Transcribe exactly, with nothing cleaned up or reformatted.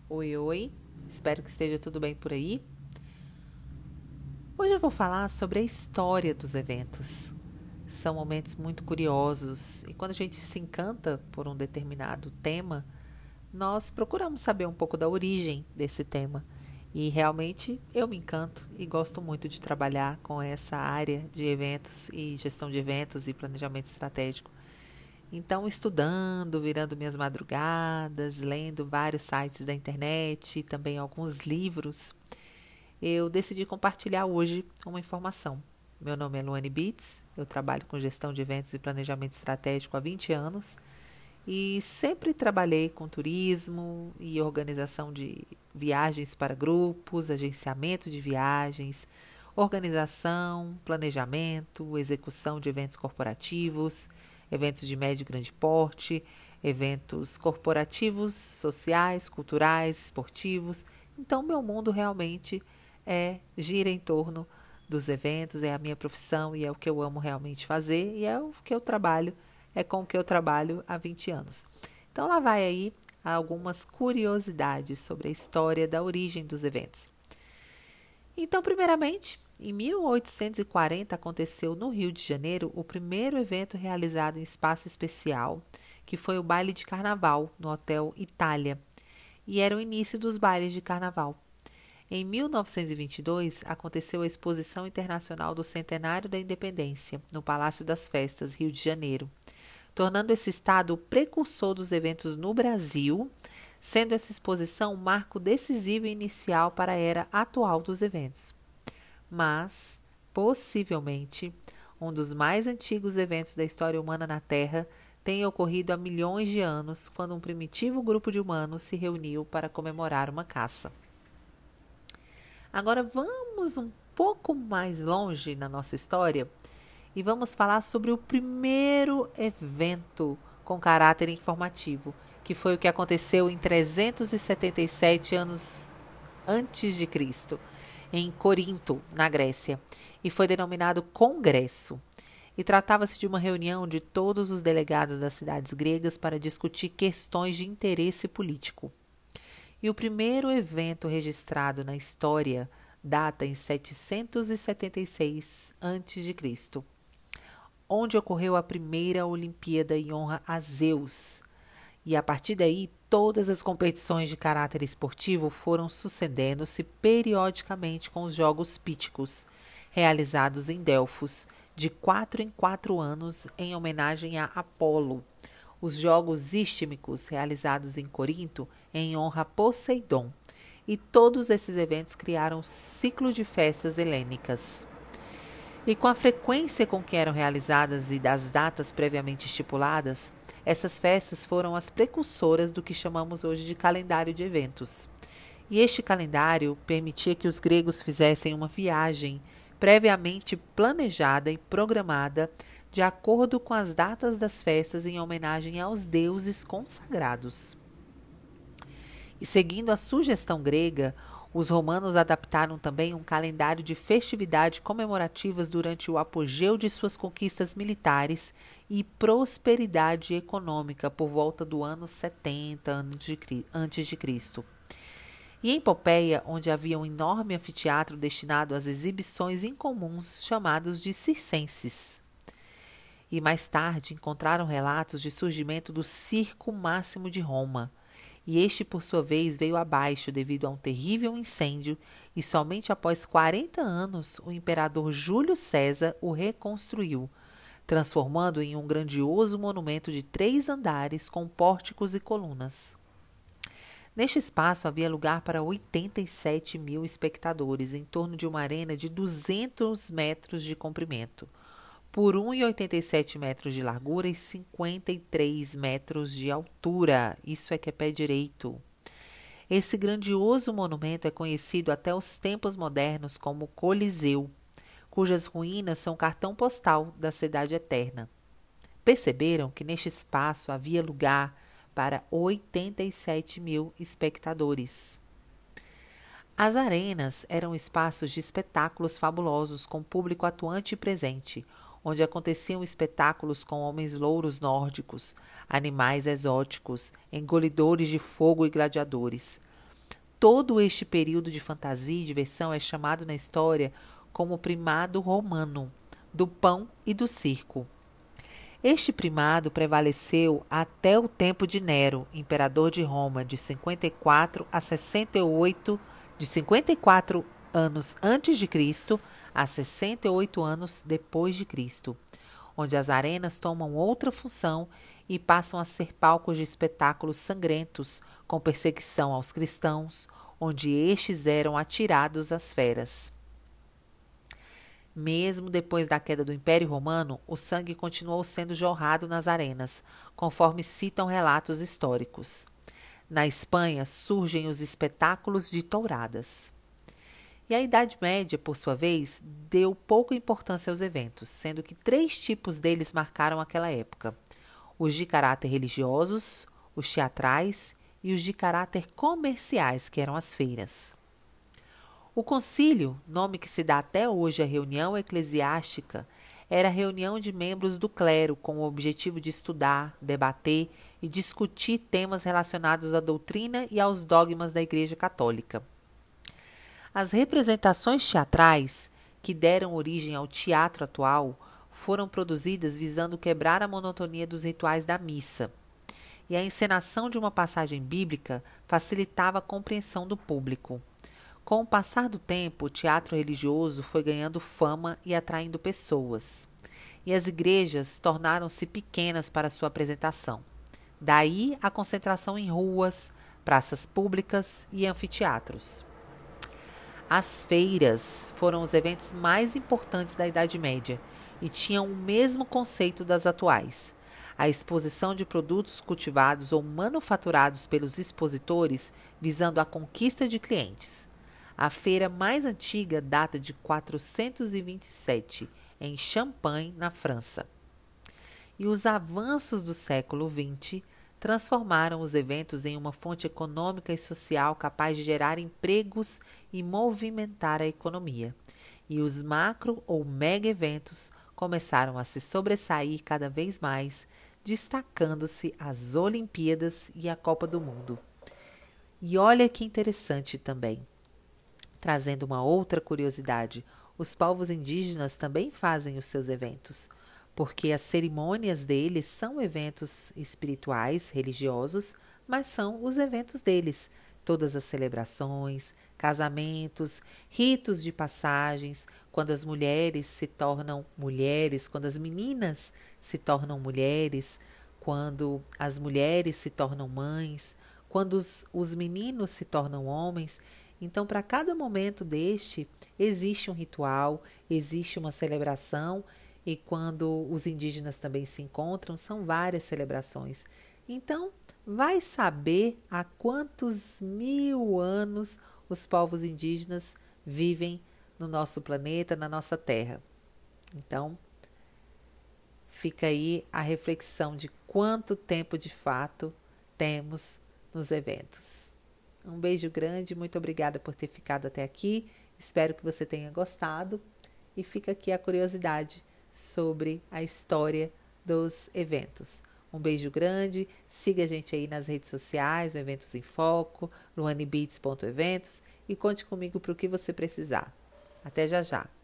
Oi, oi, espero que esteja tudo bem por aí. Hoje eu vou falar sobre a história dos eventos. São momentos muito curiosos e quando a gente se encanta por um determinado tema, nós procuramos saber um pouco da origem desse tema. E realmente eu me encanto e gosto muito de trabalhar com essa área de eventos e gestão de eventos e planejamento estratégico. Então, estudando, virando minhas madrugadas, lendo vários sites da internet e também alguns livros, eu decidi compartilhar hoje uma informação. Meu nome é Luane Bitts, eu trabalho com gestão de eventos e planejamento estratégico há vinte anos e sempre trabalhei com turismo e organização de viagens para grupos, agenciamento de viagens, organização, planejamento, execução de eventos corporativos, eventos de médio e grande porte, eventos corporativos, sociais, culturais, esportivos. Então, meu mundo realmente é gira em torno dos eventos, é a minha profissão e é o que eu amo realmente fazer e é o que eu trabalho, é com o que eu trabalho há vinte anos. Então, lá vai aí algumas curiosidades sobre a história da origem dos eventos. Então, primeiramente, em mil oitocentos e quarenta aconteceu no Rio de Janeiro o primeiro evento realizado em espaço especial, que foi o baile de carnaval no Hotel Itália, e era o início dos bailes de carnaval. Em mil novecentos e vinte e dois, aconteceu a Exposição Internacional do Centenário da Independência, no Palácio das Festas, Rio de Janeiro, tornando esse estado o precursor dos eventos no Brasil, sendo essa exposição um marco decisivo e inicial para a era atual dos eventos. Mas, possivelmente, um dos mais antigos eventos da história humana na Terra tenha ocorrido há milhões de anos, quando um primitivo grupo de humanos se reuniu para comemorar uma caça. Agora vamos um pouco mais longe na nossa história e vamos falar sobre o primeiro evento com caráter informativo, que foi o que aconteceu em trezentos e setenta e sete anos antes de Cristo, em Corinto, na Grécia, e foi denominado Congresso. E tratava-se de uma reunião de todos os delegados das cidades gregas para discutir questões de interesse político. E o primeiro evento registrado na história data em setecentos e setenta e seis antes de Cristo, onde ocorreu a primeira Olimpíada em honra a Zeus. E a partir daí, todas as competições de caráter esportivo foram sucedendo-se periodicamente com os Jogos Píticos, realizados em Delfos, de quatro em quatro anos, em homenagem a Apolo. Os Jogos Istmicos, realizados em Corinto, em honra a Poseidon. E todos esses eventos criaram um ciclo de festas helênicas. E com a frequência com que eram realizadas e das datas previamente estipuladas, essas festas foram as precursoras do que chamamos hoje de calendário de eventos. E este calendário permitia que os gregos fizessem uma viagem previamente planejada e programada de acordo com as datas das festas em homenagem aos deuses consagrados. E seguindo a sugestão grega, os romanos adaptaram também um calendário de festividades comemorativas durante o apogeu de suas conquistas militares e prosperidade econômica por volta do ano setenta antes de Cristo. E em Pompeia, onde havia um enorme anfiteatro destinado às exibições incomuns chamados de circenses. E mais tarde encontraram relatos de surgimento do Circo Máximo de Roma. E este, por sua vez, veio abaixo devido a um terrível incêndio, e somente após quarenta anos o imperador Júlio César o reconstruiu, transformando-o em um grandioso monumento de três andares com pórticos e colunas. Neste espaço havia lugar para oitenta e sete mil espectadores, em torno de uma arena de duzentos metros de comprimento, por um vírgula oitenta e sete metros de largura e cinquenta e três metros de altura. Isso é que é pé direito. Esse grandioso monumento é conhecido até os tempos modernos como Coliseu, cujas ruínas são cartão postal da cidade eterna. Perceberam que neste espaço havia lugar para oitenta e sete mil espectadores. As arenas eram espaços de espetáculos fabulosos com público atuante e presente, onde aconteciam espetáculos com homens louros nórdicos, animais exóticos, engolidores de fogo e gladiadores. todo este período de fantasia e diversão é chamado na história como primado romano, do pão e do circo. Este primado prevaleceu até o tempo de Nero, imperador de Roma, de cinquenta e quatro a sessenta e oito, de cinquenta e quatro anos antes de Cristo a sessenta e oito anos depois de Cristo, onde as arenas tomam outra função e passam a ser palcos de espetáculos sangrentos, com perseguição aos cristãos, onde estes eram atirados às feras. Mesmo depois da queda do Império Romano, o sangue continuou sendo jorrado nas arenas, conforme citam relatos históricos. Na Espanha, surgem os espetáculos de touradas. E a Idade Média, por sua vez, deu pouca importância aos eventos, sendo que três tipos deles marcaram aquela época: os de caráter religiosos, os teatrais e os de caráter comerciais, que eram as feiras. O concílio, nome que se dá até hoje à reunião eclesiástica, era a reunião de membros do clero com o objetivo de estudar, debater e discutir temas relacionados à doutrina e aos dogmas da Igreja Católica. As representações teatrais, que deram origem ao teatro atual, foram produzidas visando quebrar a monotonia dos rituais da missa. E a encenação de uma passagem bíblica facilitava a compreensão do público. Com o passar do tempo, o teatro religioso foi ganhando fama e atraindo pessoas, e as igrejas tornaram-se pequenas para sua apresentação. Daí a concentração em ruas, praças públicas e anfiteatros. As feiras foram os eventos mais importantes da Idade Média e tinham o mesmo conceito das atuais: a exposição de produtos cultivados ou manufaturados pelos expositores visando a conquista de clientes. A feira mais antiga data de quatrocentos e vinte e sete, em Champagne, na França. E os avanços do século vinte transformaram os eventos em uma fonte econômica e social capaz de gerar empregos e movimentar a economia. E os macro ou mega eventos começaram a se sobressair cada vez mais, destacando-se as Olimpíadas e a Copa do Mundo. E olha que interessante também. Trazendo uma outra curiosidade, os povos indígenas também fazem os seus eventos, porque as cerimônias deles são eventos espirituais, religiosos, mas são os eventos deles. Todas as celebrações, casamentos, ritos de passagens, quando as mulheres se tornam mulheres, quando as meninas se tornam mulheres, quando as mulheres se tornam mães, quando os, os meninos se tornam homens. Então, para cada momento deste, existe um ritual, existe uma celebração, e quando os indígenas também se encontram, são várias celebrações. Então, vai saber há quantos mil anos os povos indígenas vivem no nosso planeta, na nossa terra. Então, fica aí a reflexão de quanto tempo de fato temos nos eventos. Um beijo grande, muito obrigada por ter ficado até aqui. Espero que você tenha gostado. E fica aqui a curiosidade sobre a história dos eventos. Um beijo grande. Siga a gente aí nas redes sociais, no Eventos em Foco, luane beats ponto eventos, e conte comigo para o que você precisar. Até já já.